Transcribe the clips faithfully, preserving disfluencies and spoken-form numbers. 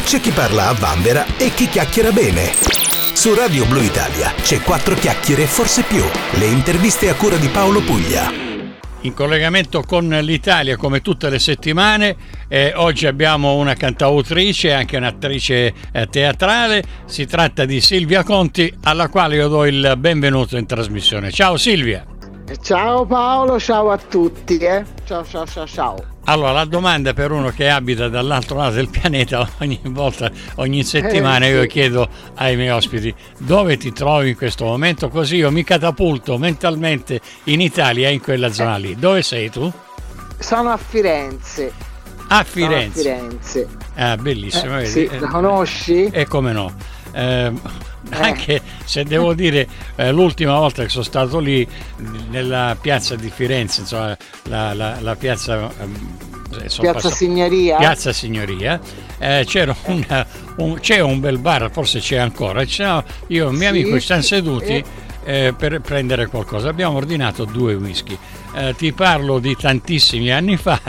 C'è chi parla a vanvera e chi chiacchiera bene. Su Radio Blu Italia c'è Quattro Chiacchiere e forse più. Le interviste a cura di Paolo Puglia. In collegamento con l'Italia come tutte le settimane, eh, oggi abbiamo una cantautrice e anche un'attrice eh, teatrale. Si tratta di Silvia Conti, alla quale io do il benvenuto in trasmissione. Ciao Silvia. Ciao Paolo, ciao a tutti. Eh? Ciao ciao ciao ciao. Allora, la domanda per uno che abita dall'altro lato del pianeta, ogni volta, ogni settimana eh, sì. Io chiedo ai miei ospiti dove ti trovi in questo momento, così io mi catapulto mentalmente in Italia, in quella zona lì. Dove sei tu? Sono a Firenze. A Firenze? Sono a Firenze. Ah, bellissimo. Eh, sì, la conosci? E come no. Eh, anche se devo dire eh, l'ultima volta che sono stato lì nella piazza di Firenze, insomma la, la, la piazza eh, piazza passato, Signoria piazza Signoria eh, c'era una, un, c'è un bel bar, forse c'è ancora, c'è, io e un mio sì, amico ci siamo seduti eh. Eh, per prendere qualcosa, abbiamo ordinato due whisky, eh, ti parlo di tantissimi anni fa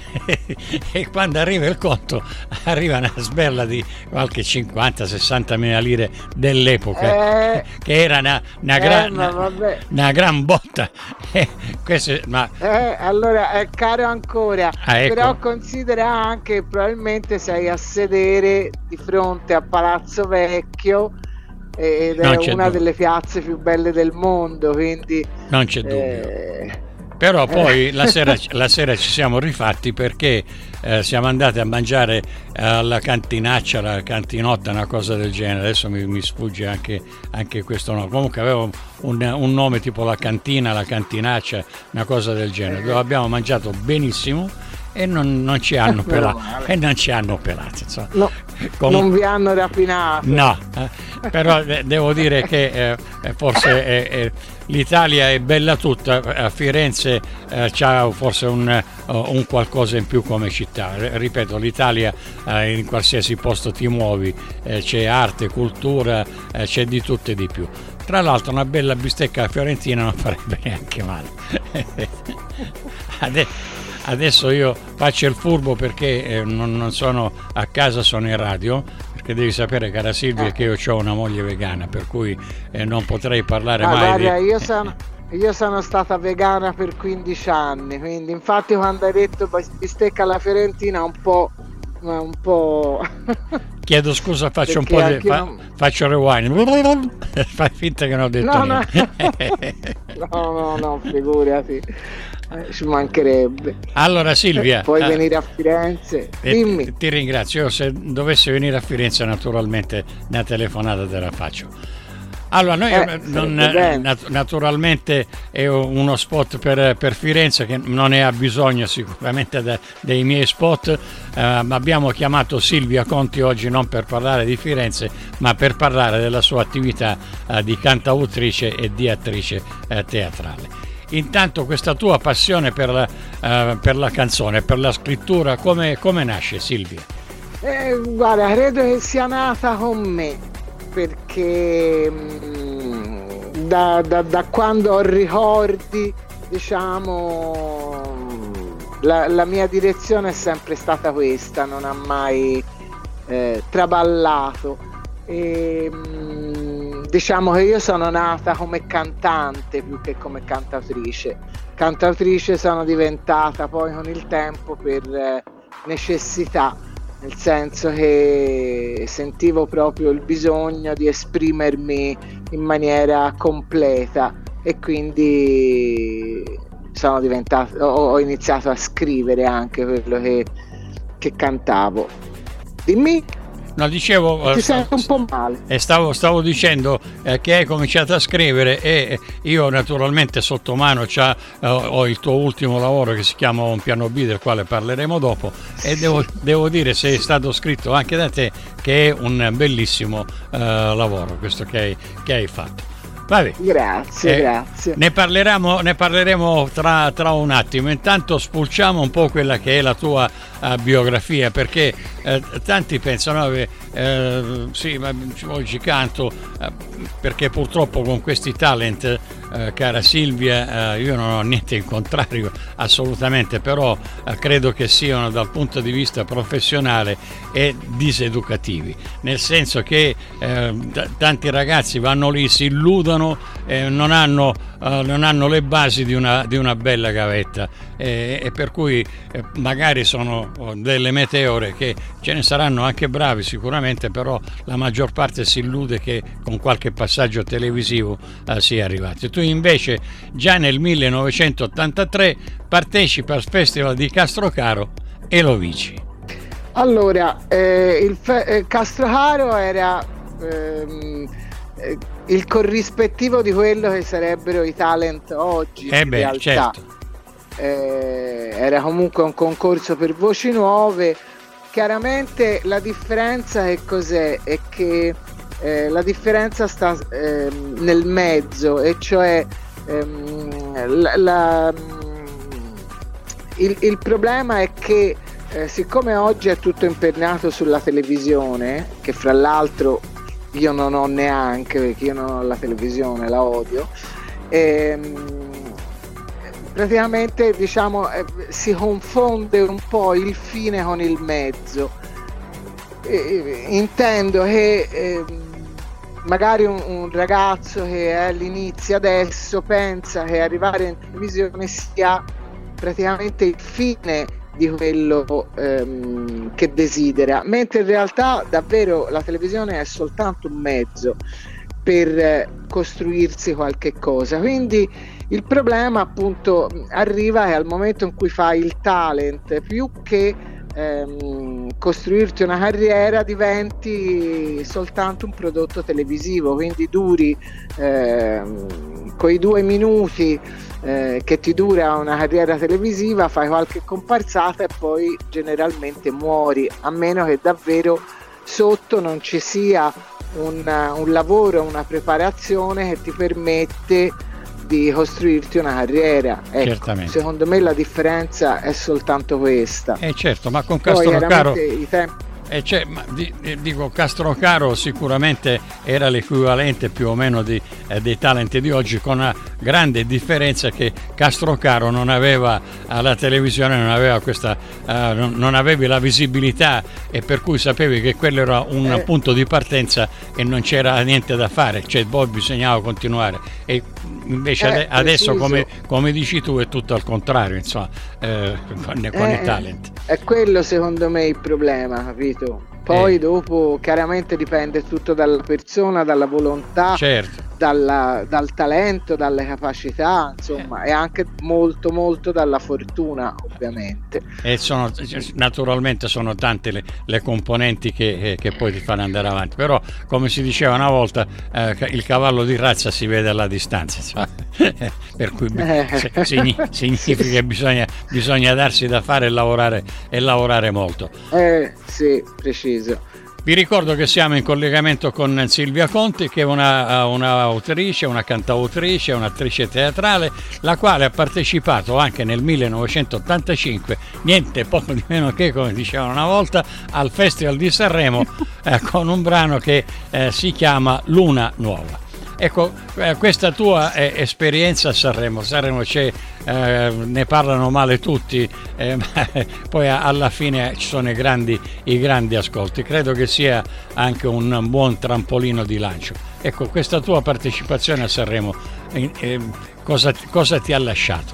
e quando arriva il conto arriva una sberla di qualche cinquanta sessanta mila lire dell'epoca eh, che era una, una, eh, gran, una, una gran botta eh, questo, ma... eh, allora è caro ancora ah, ecco. Però considera anche che probabilmente sei a sedere di fronte a Palazzo Vecchio ed è una dubbio. delle piazze più belle del mondo, quindi non c'è dubbio. Eh... Però poi la sera, la sera ci siamo rifatti perché eh, siamo andati a mangiare alla cantinaccia, la cantinotta, una cosa del genere. Adesso mi, mi sfugge anche, anche questo nome. Comunque aveva un, un nome tipo la cantina, la cantinaccia, una cosa del genere, dove abbiamo mangiato benissimo e non, non ci hanno pelato e non ci hanno pelato insomma. No, Com- non vi hanno rapinato, no, eh, però eh, devo dire che eh, forse eh, eh, l'Italia è bella tutta, a Firenze eh, c'ha forse un, uh, un qualcosa in più come città. Ripeto, l'Italia eh, in qualsiasi posto ti muovi eh, c'è arte, cultura, eh, c'è di tutto e di più. Tra l'altro una bella bistecca fiorentina non farebbe neanche male. Adesso Adesso io faccio il furbo perché eh, non, non sono a casa, sono in radio, perché devi sapere, cara Silvia, che io ho una moglie vegana, per cui eh, non potrei parlare ah, mai guarda, di... io sono, io sono stata vegana per quindici anni, quindi infatti quando hai detto bistecca alla fiorentina un po'... un po'... Chiedo scusa, faccio un po' di... Fa, non... faccio rewind. Fai finta che non ho detto no, niente. No, no, no, no, figurati. Eh, ci mancherebbe. Allora Silvia, puoi eh, venire a Firenze, dimmi. Ti, ti ringrazio. Io, se dovessi venire a Firenze, naturalmente una telefonata te la faccio. Allora noi eh, non, nat- naturalmente è uno spot per, per Firenze che non ne ha bisogno sicuramente de- dei miei spot, eh, ma abbiamo chiamato Silvia Conti oggi non per parlare di Firenze ma per parlare della sua attività eh, di cantautrice e di attrice eh, teatrale. Intanto questa tua passione per la, uh, per la canzone, per la scrittura, come, come nasce, Silvia? Eh, guarda, credo che sia nata con me, perché mh, da, da, da quando ho ricordi, diciamo, la, la mia direzione è sempre stata questa, non ha mai eh, traballato. E, mh, diciamo che io sono nata come cantante più che come cantautrice. Cantautrice sono diventata poi con il tempo per eh, necessità, nel senso che sentivo proprio il bisogno di esprimermi in maniera completa e quindi sono diventato, ho, ho iniziato a scrivere anche quello che, che cantavo. Dimmi. No, dicevo, ti sento un po' male. E stavo, stavo dicendo eh, che hai cominciato a scrivere e io naturalmente sotto mano c'ha, eh, ho il tuo ultimo lavoro che si chiama Un piano B, del quale parleremo dopo, e devo, devo dire, se è stato scritto anche da te, che è un bellissimo eh, lavoro questo che hai, che hai fatto. Vabbè. Grazie, eh, grazie. Ne parleremo, ne parleremo tra, tra un attimo. Intanto spulciamo un po' quella che è la tua uh, biografia, perché eh, tanti pensano che eh, sì, ma oggi canto, eh, perché purtroppo con questi talent eh, cara Silvia, eh, io non ho niente in contrario assolutamente, però eh, credo che siano dal punto di vista professionale e diseducativi, nel senso che eh, t- tanti ragazzi vanno lì, si illudono, eh, non hanno, eh, non hanno le basi di una, di una bella gavetta, eh, e per cui eh, magari sono delle meteore che ce ne saranno anche bravi sicuramente, però la maggior parte si illude che con qualche passaggio televisivo eh, sia arrivati. Tu invece già nel millenovecentottantatré partecipi al Festival di Castrocaro e lo vinci. Allora, eh, il fe- eh, Castrocaro era ehm, eh, il corrispettivo di quello che sarebbero i talent oggi, eh in beh, realtà. certo. Eh, era comunque un concorso per voci nuove. Chiaramente la differenza che cos'è? È che eh, la differenza sta eh, nel mezzo, e cioè ehm, la, la, il, il problema è che eh, siccome oggi è tutto imperniato sulla televisione, che fra l'altro io non ho neanche, perché io non ho la televisione, la odio, ehm, praticamente diciamo eh, si confonde un po' il fine con il mezzo. Eh, intendo che eh, magari un, un ragazzo che è all'inizio adesso pensa che arrivare in televisione sia praticamente il fine di quello ehm, che desidera, mentre in realtà davvero la televisione è soltanto un mezzo per eh, costruirsi qualche cosa. Quindi il problema appunto arriva che al momento in cui fai il talent, più che ehm, costruirti una carriera, diventi soltanto un prodotto televisivo, quindi duri ehm, quei due minuti eh, che ti dura una carriera televisiva, fai qualche comparsata e poi generalmente muori, a meno che davvero sotto non ci sia un, un lavoro, una preparazione che ti permette di costruirti una carriera. Ecco, secondo me la differenza è soltanto questa. Eh certo, ma con Castrocaro i tempi... eh, cioè, ma di, dico, Castrocaro sicuramente era l'equivalente più o meno di, eh, dei talent di oggi, con una grande differenza che Castrocaro non aveva alla televisione, non aveva questa eh, non, non avevi la visibilità, e per cui sapevi che quello era un eh. punto di partenza e non c'era niente da fare, cioè poi bisognava continuare. E invece eh, adesso come, come dici tu è tutto al contrario, insomma, eh, con, con eh, i talent è quello secondo me il problema, capito? Poi eh. dopo chiaramente dipende tutto dalla persona, dalla volontà, certo. dalla, dal talento, dalle capacità, insomma, eh. e anche molto molto dalla fortuna, ovviamente. E sono, naturalmente sono tante le, le componenti che, che poi ti fanno andare avanti, però come si diceva una volta, eh, il cavallo di razza si vede alla distanza, per cui eh. significa che bisogna, bisogna darsi da fare e lavorare, e lavorare molto. Eh sì, preciso. Vi ricordo che siamo in collegamento con Silvia Conti, che è una, una autrice, una cantautrice, un'attrice teatrale, la quale ha partecipato anche nel millenovecentottantacinque, niente poco di meno che, come dicevano una volta, al Festival di Sanremo eh, con un brano che eh, si chiama Luna Nuova. Ecco, eh, questa tua eh, esperienza a Sanremo, Sanremo c'è, eh, ne parlano male tutti, eh, ma poi alla fine ci sono i grandi, i grandi ascolti, credo che sia anche un buon trampolino di lancio. Ecco, questa tua partecipazione a Sanremo, eh, eh, cosa, cosa ti ha lasciato?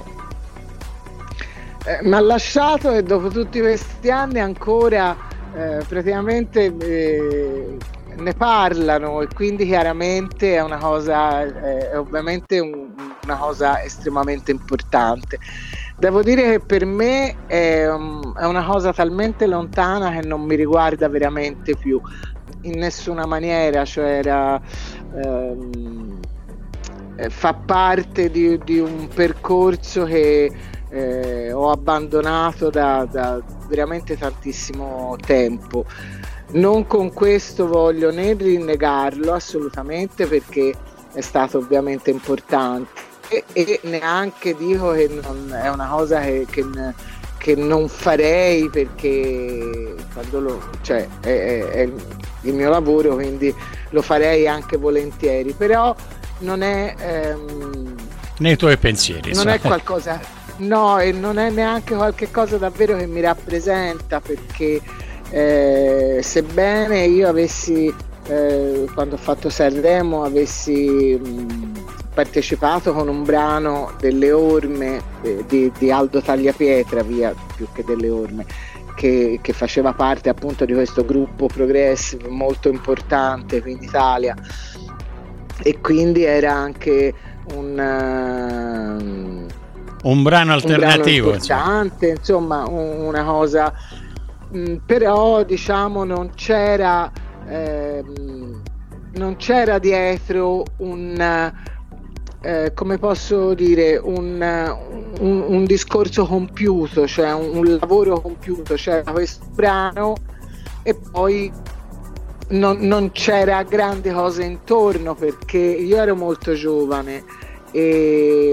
Eh, mi ha lasciato che dopo tutti questi anni ancora eh, praticamente... Eh, ne parlano, e quindi chiaramente è una cosa, è ovviamente un, una cosa estremamente importante. Devo dire che per me è, um, è una cosa talmente lontana che non mi riguarda veramente più in nessuna maniera, cioè era, ehm, fa parte di, di un percorso che eh, ho abbandonato da, da veramente tantissimo tempo. Non con questo voglio né rinnegarlo assolutamente, perché è stato ovviamente importante, e, e neanche dico che non, è una cosa che, che, che non farei, perché quando lo, cioè, è, è, è il mio lavoro, quindi lo farei anche volentieri, però non è, ehm, nei tuoi pensieri. Non è qualcosa, no, e non è neanche qualche cosa davvero che mi rappresenta, perché eh, sebbene io avessi, eh, quando ho fatto Sanremo, avessi mh, partecipato con un brano delle Orme eh, di, di Aldo Tagliapietra, via, più che delle Orme, che, che faceva parte appunto di questo gruppo progressive molto importante qui in Italia, e quindi era anche un, uh, un brano alternativo, un brano importante, insomma, insomma un, una cosa, mh, però diciamo non c'era eh, non c'era dietro un Eh, come posso dire, un, un, un discorso compiuto, cioè un, un lavoro compiuto. C'era questo brano e poi non, non c'era grandi cose intorno, perché io ero molto giovane e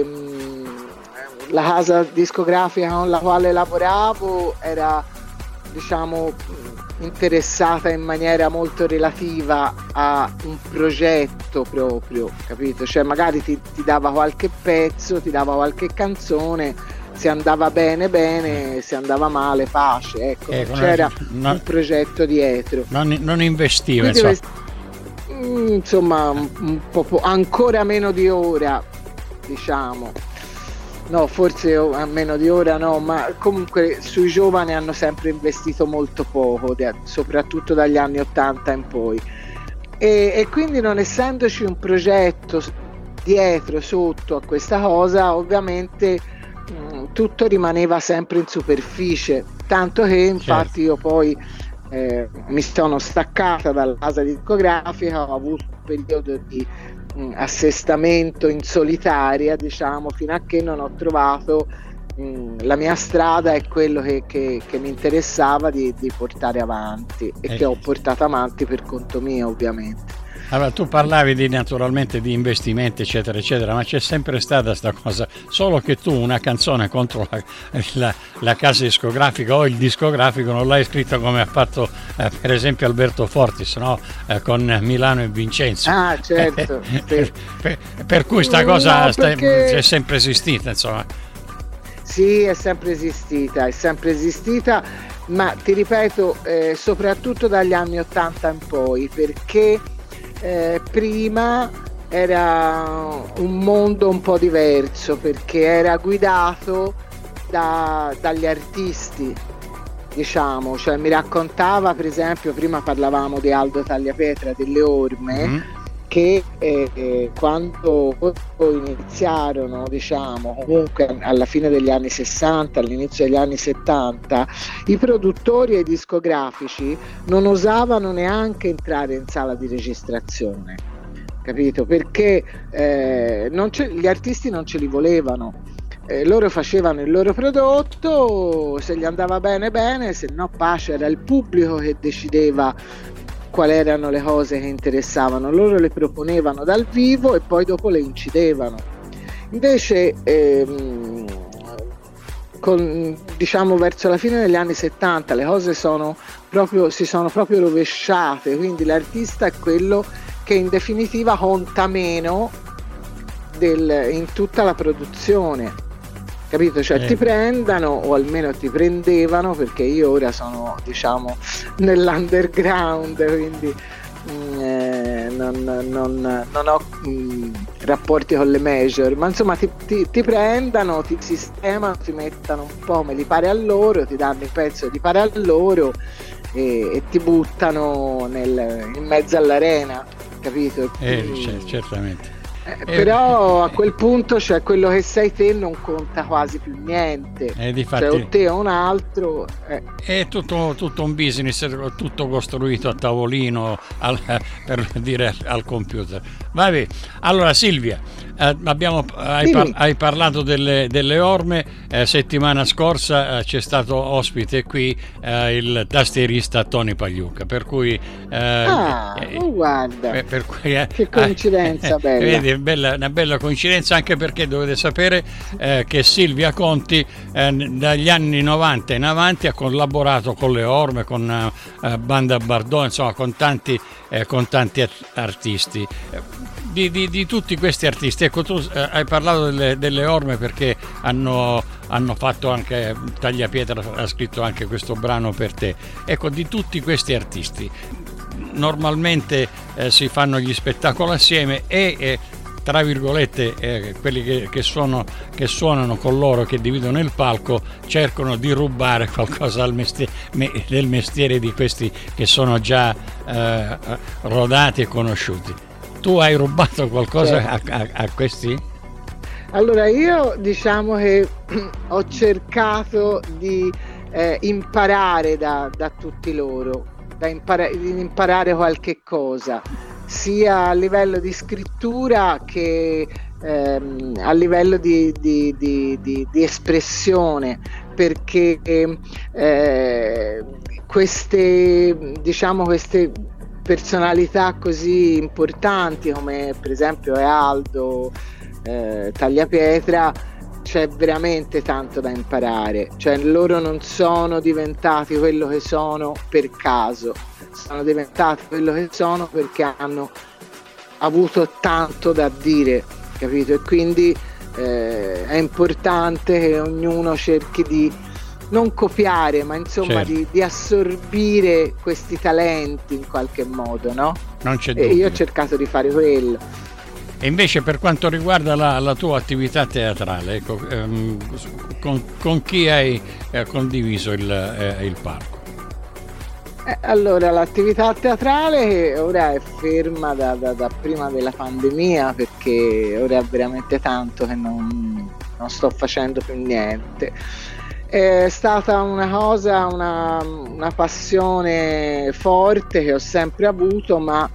mh, la casa discografica con la quale lavoravo era, diciamo, interessata in maniera molto relativa a un progetto proprio, capito? Cioè magari ti, ti dava qualche pezzo, ti dava qualche canzone, se andava bene bene, se andava male pace, ecco, ecco c'era non, un progetto dietro. Non, non investiva, insomma. Quindi, insomma, un, un po' ancora meno di ora, diciamo. No, forse a meno di ora no, ma comunque sui giovani hanno sempre investito molto poco, soprattutto dagli anni ottanta in poi, e, e quindi non essendoci un progetto dietro, sotto a questa cosa, ovviamente mh, tutto rimaneva sempre in superficie, tanto che infatti io poi eh, mi sono staccata dalla casa discografica, ho avuto un periodo di assestamento in solitaria, diciamo, fino a che non ho trovato mh, la mia strada e quello che, che, che mi interessava di, di portare avanti e eh. che ho portato avanti per conto mio, ovviamente. Allora, tu parlavi di, naturalmente di investimenti eccetera eccetera, ma c'è sempre stata sta cosa, solo che tu una canzone contro la, la, la casa discografica o il discografico non l'hai scritta come ha fatto eh, per esempio Alberto Fortis, no? Eh, con Milano e Vincenzo. Ah, certo. Sì. per, per, per cui sta cosa no, sta, perché... è sempre esistita, insomma. Sì, è sempre esistita, è sempre esistita, ma ti ripeto, eh, soprattutto dagli anni ottanta in poi, perché Eh, prima era un mondo un po' diverso, perché era guidato da, dagli artisti, diciamo, cioè mi raccontava, per esempio, prima parlavamo di Aldo Tagliapietra delle Orme, mm. che eh, eh, quando iniziarono, diciamo, comunque alla fine degli anni sessanta, all'inizio degli anni settanta, i produttori e i discografici non osavano neanche entrare in sala di registrazione, capito? Perché eh, non ce, gli artisti non ce li volevano. Eh, loro facevano il loro prodotto, se gli andava bene bene, se no pace, era il pubblico che decideva quali erano le cose che interessavano, loro le proponevano dal vivo e poi dopo le incidevano. Invece ehm, con, diciamo verso la fine degli anni settanta le cose sono proprio, si sono proprio rovesciate, quindi l'artista è quello che in definitiva conta meno del, in tutta la produzione, capito? Cioè eh. ti prendano, o almeno ti prendevano, perché io ora sono, diciamo, nell'underground, quindi mh, eh, non, non, non ho mh, rapporti con le major, ma insomma ti, ti, ti prendano, ti sistemano, ti mettano un po' come gli pare a loro, ti danno il pezzo di pare a loro e, e ti buttano nel, in mezzo all'arena, capito? Eh, c- certamente. Eh, però a quel punto, cioè, quello che sei te non conta quasi più niente, eh, difatti, cioè o te o un altro eh. È tutto, tutto un business, tutto costruito a tavolino, al, per dire, al computer. Vabbè, allora Silvia, eh, abbiamo, hai, par- hai parlato delle, delle Orme, eh, settimana scorsa eh, c'è stato ospite qui eh, il tastierista Tony Pagliuca, per cui eh, ah, eh, oh, guarda per, per cui, eh, che coincidenza, eh, bella. Vedi, Bella, una bella coincidenza, anche perché dovete sapere eh, che Silvia Conti eh, dagli anni novanta in avanti ha collaborato con le Orme, con eh, Banda Bardot, insomma con tanti, eh, con tanti artisti. di, di, di tutti questi artisti, ecco, tu eh, hai parlato delle, delle orme perché hanno, hanno fatto anche, Tagliapietra ha scritto anche questo brano per te, ecco, di tutti questi artisti normalmente eh, si fanno gli spettacoli assieme e eh, tra virgolette eh, quelli che, che, suono, che suonano con loro, che dividono il palco, cercano di rubare qualcosa al mestiere, me, del mestiere di questi che sono già eh, rodati e conosciuti. Tu hai rubato qualcosa certo. a, a, a questi? Allora io diciamo che ho cercato di eh, imparare da, da tutti loro, da impara- di imparare qualche cosa, sia a livello di scrittura che ehm, a livello di, di, di, di, di espressione, perché eh, queste, diciamo, queste personalità così importanti come per esempio è Aldo, eh, Tagliapietra, c'è veramente tanto da imparare, cioè loro non sono diventati quello che sono per caso, sono diventati quello che sono perché hanno avuto tanto da dire, capito? E quindi eh, è importante che ognuno cerchi di non copiare, ma insomma certo. di, di assorbire questi talenti in qualche modo, no? Non c'è dubbio. E io ho cercato di fare quello. E invece per quanto riguarda la, la tua attività teatrale, ecco, ehm, con, con chi hai eh, condiviso il, eh, il palco? Eh, allora, l'attività teatrale ora è ferma da, da, da prima della pandemia, perché ora è veramente tanto che non, non sto facendo più niente. È stata una cosa, una, una passione forte che ho sempre avuto, ma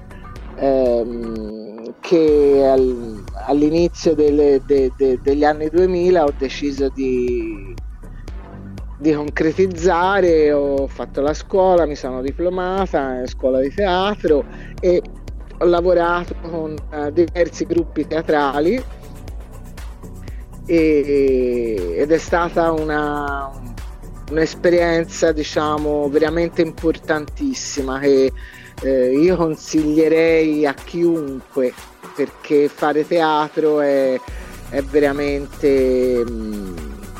ehm, che al, all'inizio delle, de, de, degli anni duemila ho deciso di, di concretizzare. Ho fatto la scuola, mi sono diplomata in scuola di teatro e ho lavorato con uh, diversi gruppi teatrali e, ed è stata una, un'esperienza, diciamo, veramente importantissima che eh, io consiglierei a chiunque, perché fare teatro è, è veramente mh,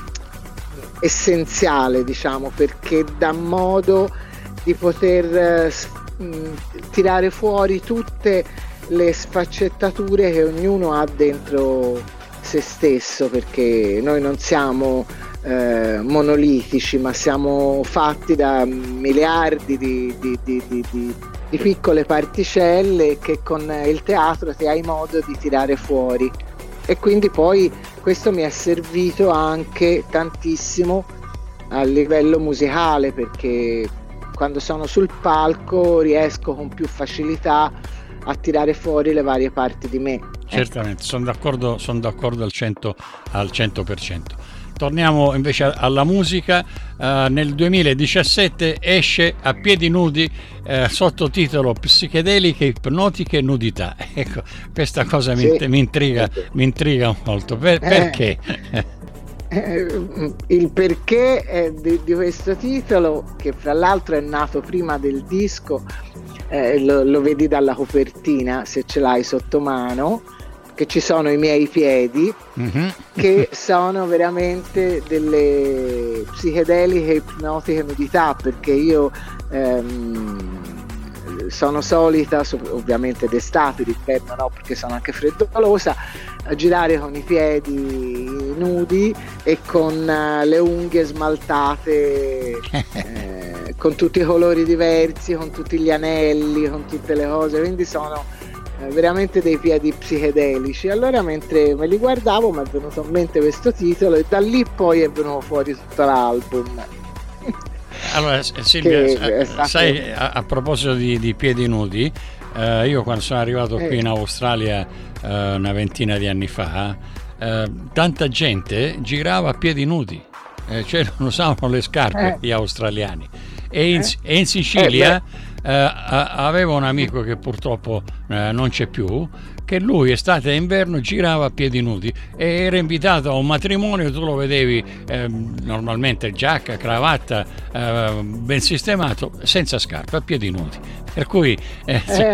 essenziale, diciamo, perché dà modo di poter mh, tirare fuori tutte le sfaccettature che ognuno ha dentro se stesso, perché noi non siamo eh, monolitici, ma siamo fatti da miliardi di, di, di, di, di, di piccole particelle che con il teatro ti hai modo di tirare fuori. E quindi poi questo mi è servito anche tantissimo a livello musicale, perché quando sono sul palco riesco con più facilità a tirare fuori le varie parti di me. Certamente, sono d'accordo, sono d'accordo al cento per cento. Torniamo invece alla musica. Uh, nel duemiladiciassette esce A piedi nudi, uh, sottotitolo Psichedeliche, ipnotiche, nudità. Ecco, questa cosa sì. mi, mi, intriga, mi intriga molto. Per, eh. Perché? Eh, il perché è di, di questo titolo, che fra l'altro è nato prima del disco, eh, lo, lo vedi dalla copertina, se ce l'hai sotto mano, che ci sono i miei piedi, mm-hmm. che sono veramente delle psichedeliche ipnotiche nudità, perché io ehm, sono solita, ovviamente d'estate, d'inverno no, perché sono anche freddolosa, a girare con i piedi nudi e con uh, le unghie smaltate eh, con tutti i colori diversi, con tutti gli anelli, con tutte le cose, quindi sono veramente dei piedi psichedelici. Allora mentre me li guardavo mi è venuto in mente questo titolo e da lì poi è venuto fuori tutto l'album. Allora Silvia, stato... sai, a, a proposito di, di piedi nudi, eh, io quando sono arrivato eh. qui in Australia eh, una ventina di anni fa, eh, tanta gente girava a piedi nudi, eh, cioè non usavano le scarpe eh. gli australiani, e in, eh. e in Sicilia eh, Uh, avevo un amico che purtroppo uh, non c'è più, che lui estate e inverno girava a piedi nudi e era invitato a un matrimonio, tu lo vedevi eh, normalmente giacca, cravatta, eh, ben sistemato, senza scarpe, a piedi nudi, per cui eh, eh.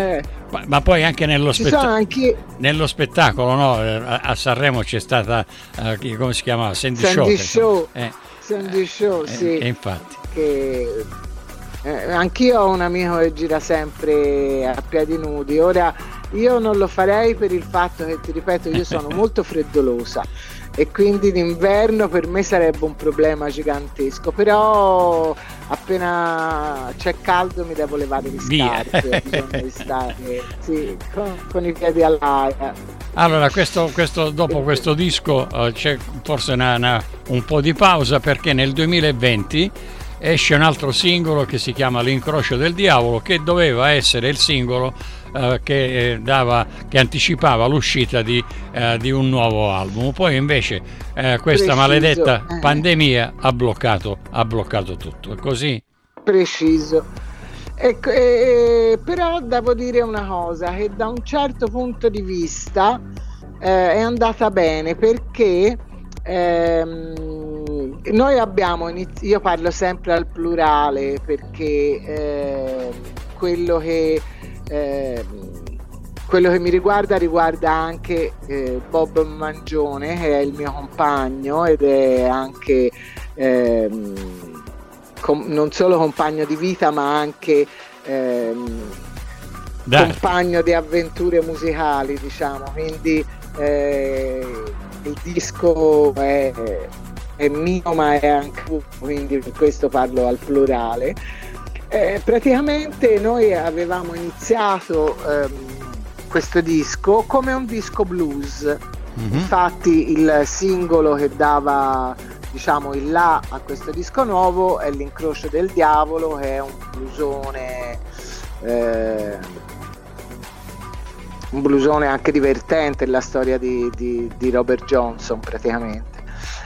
Ma poi anche nello, spetta- anche... nello spettacolo, no? A, a Sanremo c'è stata, uh, come si chiama? Sandy, Sandy Show. Show, eh, Sandy Show, eh, sì. E infatti. Che, eh, anch'io ho un amico che gira sempre a piedi nudi. Ora, io non lo farei per il fatto che, ti ripeto, io sono molto freddolosa e quindi d'inverno per me sarebbe un problema gigantesco, però appena c'è caldo mi devo levare le scarpe, bisogna di stare sì, con, con i piedi all'aria. Allora, questo, questo, dopo questo disco uh, c'è forse una, una, un po' di pausa, perché nel duemilaventi esce un altro singolo che si chiama L'incrocio del diavolo, che doveva essere il singolo uh, che, eh, dava, che anticipava l'uscita di, uh, di un nuovo album. Poi invece uh, questa Preciso. maledetta eh. pandemia ha bloccato, ha bloccato tutto. È così? Preciso. E, e, però devo dire una cosa, che da un certo punto di vista eh, è andata bene, perché ehm, noi abbiamo inizi- io parlo sempre al plurale, perché eh, quello che eh, quello che mi riguarda riguarda anche eh, Bob Mangione, che è il mio compagno ed è anche ehm, Com- non solo compagno di vita, ma anche ehm, compagno di avventure musicali, diciamo. Quindi eh, il disco è, è mio, ma è anche tuo, quindi per questo parlo al plurale. Eh, praticamente noi avevamo iniziato ehm, questo disco come un disco blues. Mm-hmm. Infatti il singolo che dava, diciamo, il là a questo disco nuovo è L'incrocio del diavolo, che è un blusone eh, un blusone anche divertente, la storia di, di, di Robert Johnson praticamente.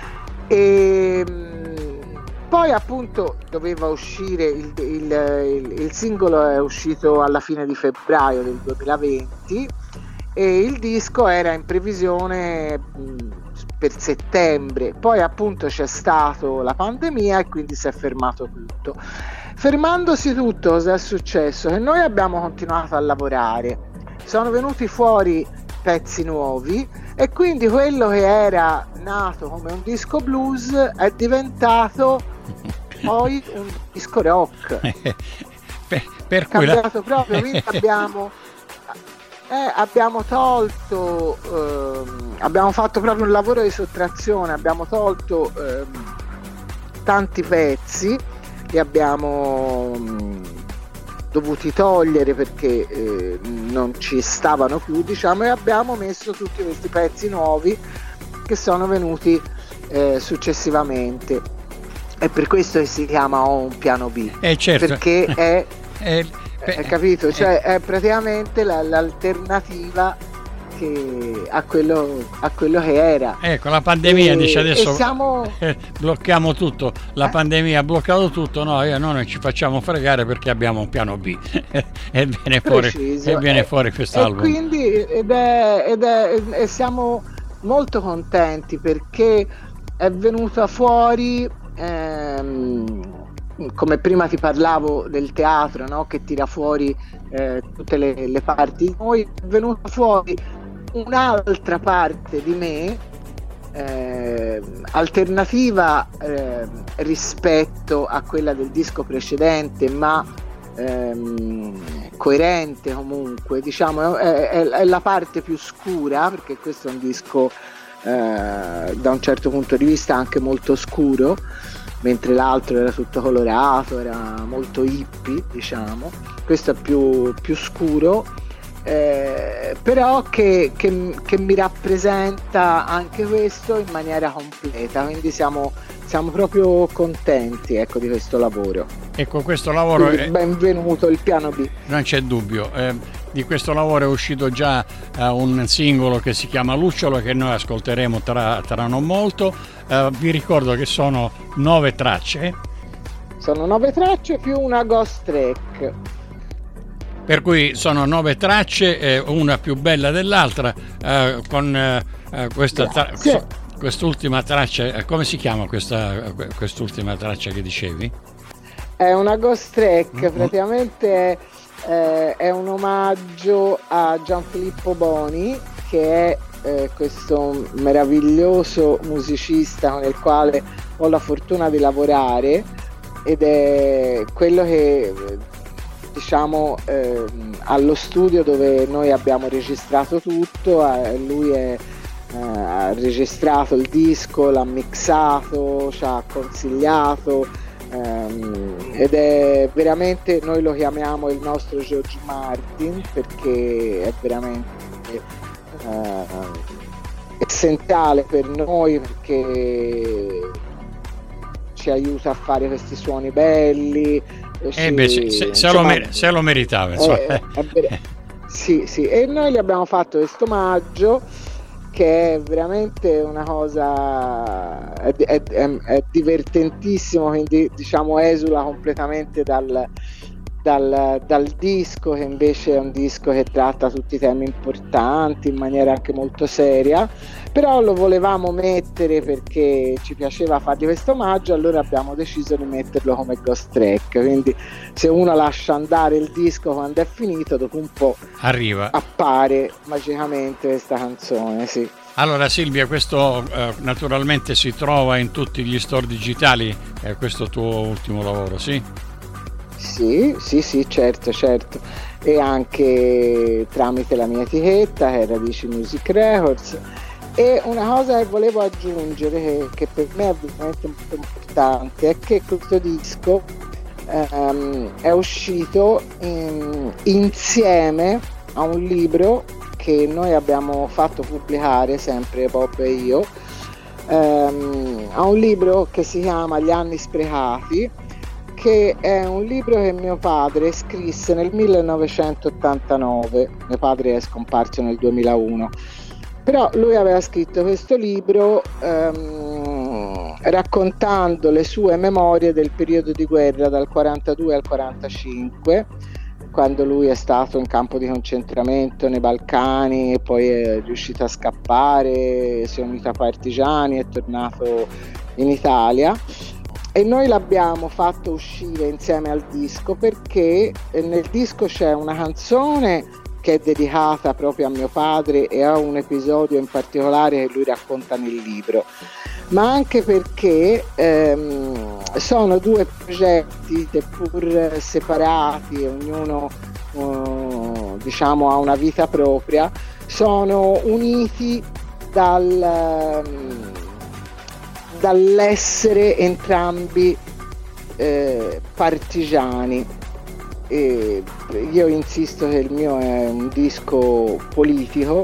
E poi appunto doveva uscire il, il, il, il singolo è uscito alla fine di febbraio del duemilaventi e il disco era in previsione mh, per settembre. Poi appunto c'è stato la pandemia e quindi si è fermato tutto. Fermandosi tutto, cosa è successo? Che noi abbiamo continuato a lavorare, sono venuti fuori pezzi nuovi e quindi quello che era nato come un disco blues è diventato poi un disco rock. per, per cambiato la... proprio, quindi abbiamo Eh, abbiamo tolto, ehm, abbiamo fatto proprio un lavoro di sottrazione, abbiamo tolto ehm, tanti pezzi, li abbiamo mh, dovuti togliere perché eh, non ci stavano più, diciamo, e abbiamo messo tutti questi pezzi nuovi che sono venuti eh, successivamente. È per questo che si chiama Ho un piano B, eh, certo. perché è... è... Hai capito? Cioè è praticamente la, l'alternativa che a quello a quello che era. Ecco, la pandemia e, dice adesso siamo... blocchiamo tutto, la eh. pandemia ha bloccato tutto, no, io, noi non ci facciamo fregare perché abbiamo un piano B e viene fuori, e viene fuori quest'album. E quindi ed è, ed è, e siamo molto contenti perché è venuta fuori ehm, come prima ti parlavo del teatro, no? Che tira fuori eh, tutte le, le parti. Poi è venuta fuori un'altra parte di me eh, alternativa eh, rispetto a quella del disco precedente, ma ehm, coerente comunque, diciamo, è, è, è la parte più scura, perché questo è un disco eh, da un certo punto di vista anche molto scuro, mentre l'altro era tutto colorato, era molto hippie, diciamo. Questo è più, più scuro, eh, però che, che, che mi rappresenta anche questo in maniera completa, quindi siamo, siamo proprio contenti, ecco, di questo lavoro. Ecco, questo lavoro è... benvenuto il piano B. Non c'è dubbio, eh, di questo lavoro è uscito già eh, un singolo che si chiama Lucciolo, che noi ascolteremo tra, tra non molto. Eh, vi ricordo che sono nove tracce. Sono nove tracce più una ghost track. Per cui sono nove tracce, eh, una più bella dell'altra, eh, con eh, questa tra- quest'ultima traccia, eh, come si chiama questa, quest'ultima traccia che dicevi? È una ghost track, mm-hmm. praticamente eh, è un omaggio a Gianfilippo Boni, che è eh, questo meraviglioso musicista con il quale ho la fortuna di lavorare, ed è quello che, diciamo, eh, allo studio dove noi abbiamo registrato tutto, eh, lui è, eh, ha registrato il disco, l'ha mixato, ci ha consigliato, ehm, ed è veramente, noi lo chiamiamo il nostro George Martin, perché è veramente eh, essenziale per noi, perché ci aiuta a fare questi suoni belli. Eh ci, beh, se, se, insomma, lo mer- se lo meritava, insomma. È, è ver- sì, sì, e noi gli abbiamo fatto questo omaggio, che è veramente una cosa, è, è, è, è divertentissimo, quindi diciamo esula completamente dal, dal, dal disco, che invece è un disco che tratta tutti i temi importanti in maniera anche molto seria, però lo volevamo mettere perché ci piaceva fargli questo omaggio, allora abbiamo deciso di metterlo come ghost track, quindi se uno lascia andare il disco quando è finito, dopo un po' arriva, appare magicamente questa canzone, sì. Allora Silvia, questo eh, naturalmente si trova in tutti gli store digitali, è questo tuo ultimo lavoro, sì? Sì, sì, sì, certo, certo, e anche tramite la mia etichetta, che è Radici Music Records. E una cosa che volevo aggiungere, che, che per me è veramente molto importante, è che questo disco ehm, è uscito in, insieme a un libro che noi abbiamo fatto pubblicare, sempre Bob e io, ehm, a un libro che si chiama Gli anni sprecati, che è un libro che mio padre scrisse nel millenovecentottantanove. Mio padre è scomparso nel duemilauno, però lui aveva scritto questo libro ehm, raccontando le sue memorie del periodo di guerra dal quarantadue al quarantacinque, quando lui è stato in campo di concentramento nei Balcani e poi è riuscito a scappare, si è unito ai partigiani, è tornato in Italia. E noi l'abbiamo fatto uscire insieme al disco perché nel disco c'è una canzone che è dedicata proprio a mio padre e a un episodio in particolare che lui racconta nel libro, ma anche perché ehm, sono due progetti seppur separati, ognuno uh, diciamo ha una vita propria, sono uniti dal... Um, dall'essere entrambi eh, partigiani. E io insisto che il mio è un disco politico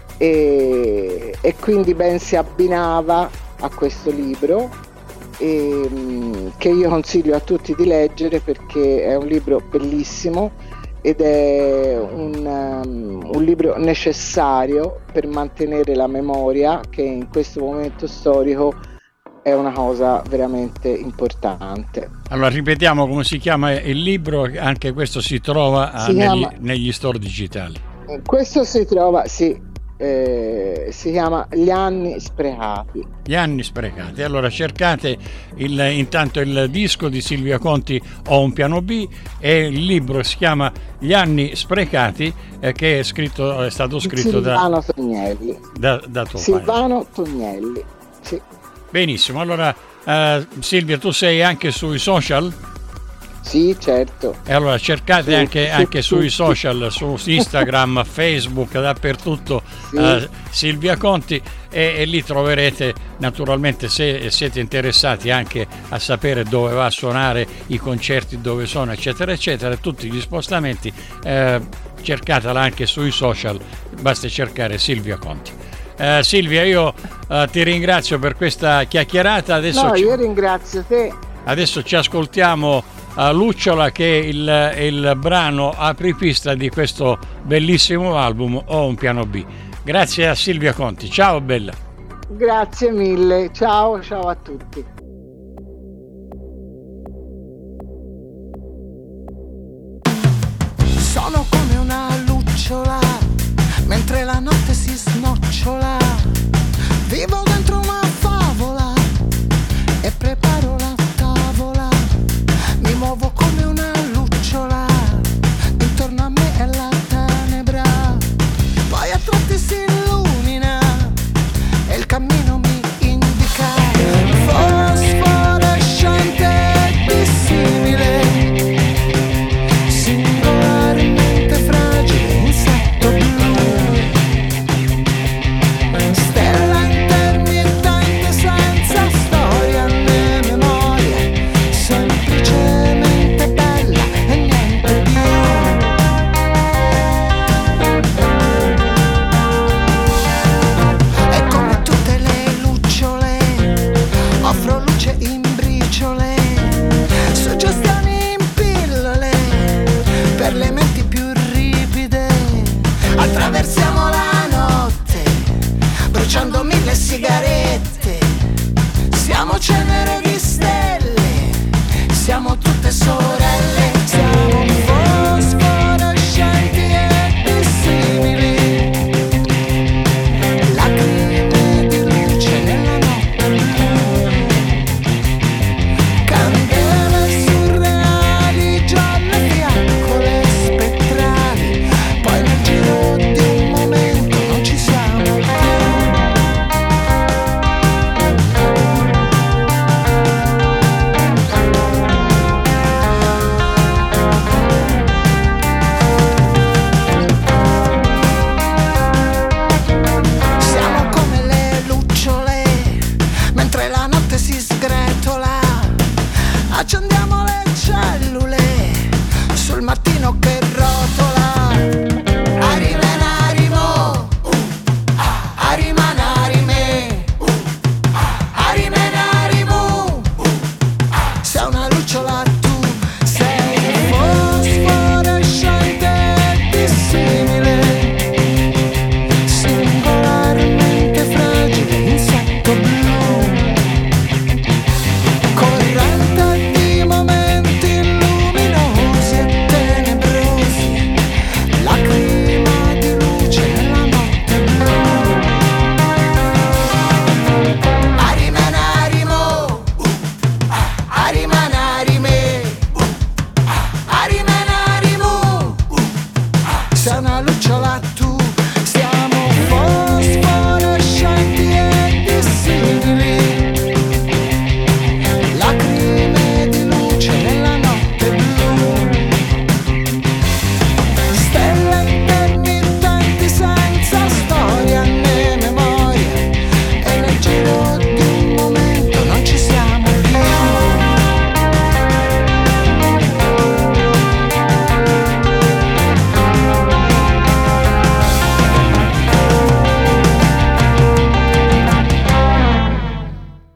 e, e quindi ben si abbinava a questo libro, e, che io consiglio a tutti di leggere perché è un libro bellissimo ed è un, um, un libro necessario per mantenere la memoria, che in questo momento storico è una cosa veramente importante. Allora ripetiamo come si chiama il libro, anche questo si trova si negli, chiama, negli store digitali. Questo si trova, sì, eh, si chiama Gli anni sprecati. Gli anni sprecati. Allora cercate il, intanto il disco di Silvia Conti, Ho un piano B, e il libro si chiama Gli anni sprecati, eh, che è scritto, è stato scritto Silvano da Tognelli. Da, da tuo Silvano padre. Tognelli, sì. Benissimo, allora uh, Silvia, tu sei anche sui social? Sì, certo. E allora cercate sì, anche, sì, anche sì, sui sì. social, su Instagram, Facebook, dappertutto, sì. uh, Silvia Conti, e, e lì troverete naturalmente, se siete interessati anche a sapere dove va a suonare, i concerti dove sono, eccetera eccetera, tutti gli spostamenti, uh, cercatela anche sui social, basta cercare Silvia Conti. Uh, Silvia, io uh, ti ringrazio per questa chiacchierata. Adesso no, ci... io ringrazio te. Adesso ci ascoltiamo uh, Lucciola, che è il, il brano apripista di questo bellissimo album Ho un piano B. Grazie a Silvia Conti. Ciao bella. Grazie mille. Ciao, ciao a tutti.